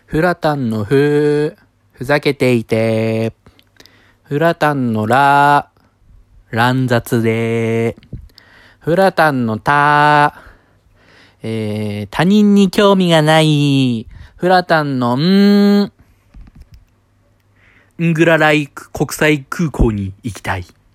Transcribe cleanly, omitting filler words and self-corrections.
フラタンのふざけていて。フラタンの乱雑で。フラタンの他人に興味がない。フラタンのングラライ国際空港に行きたい。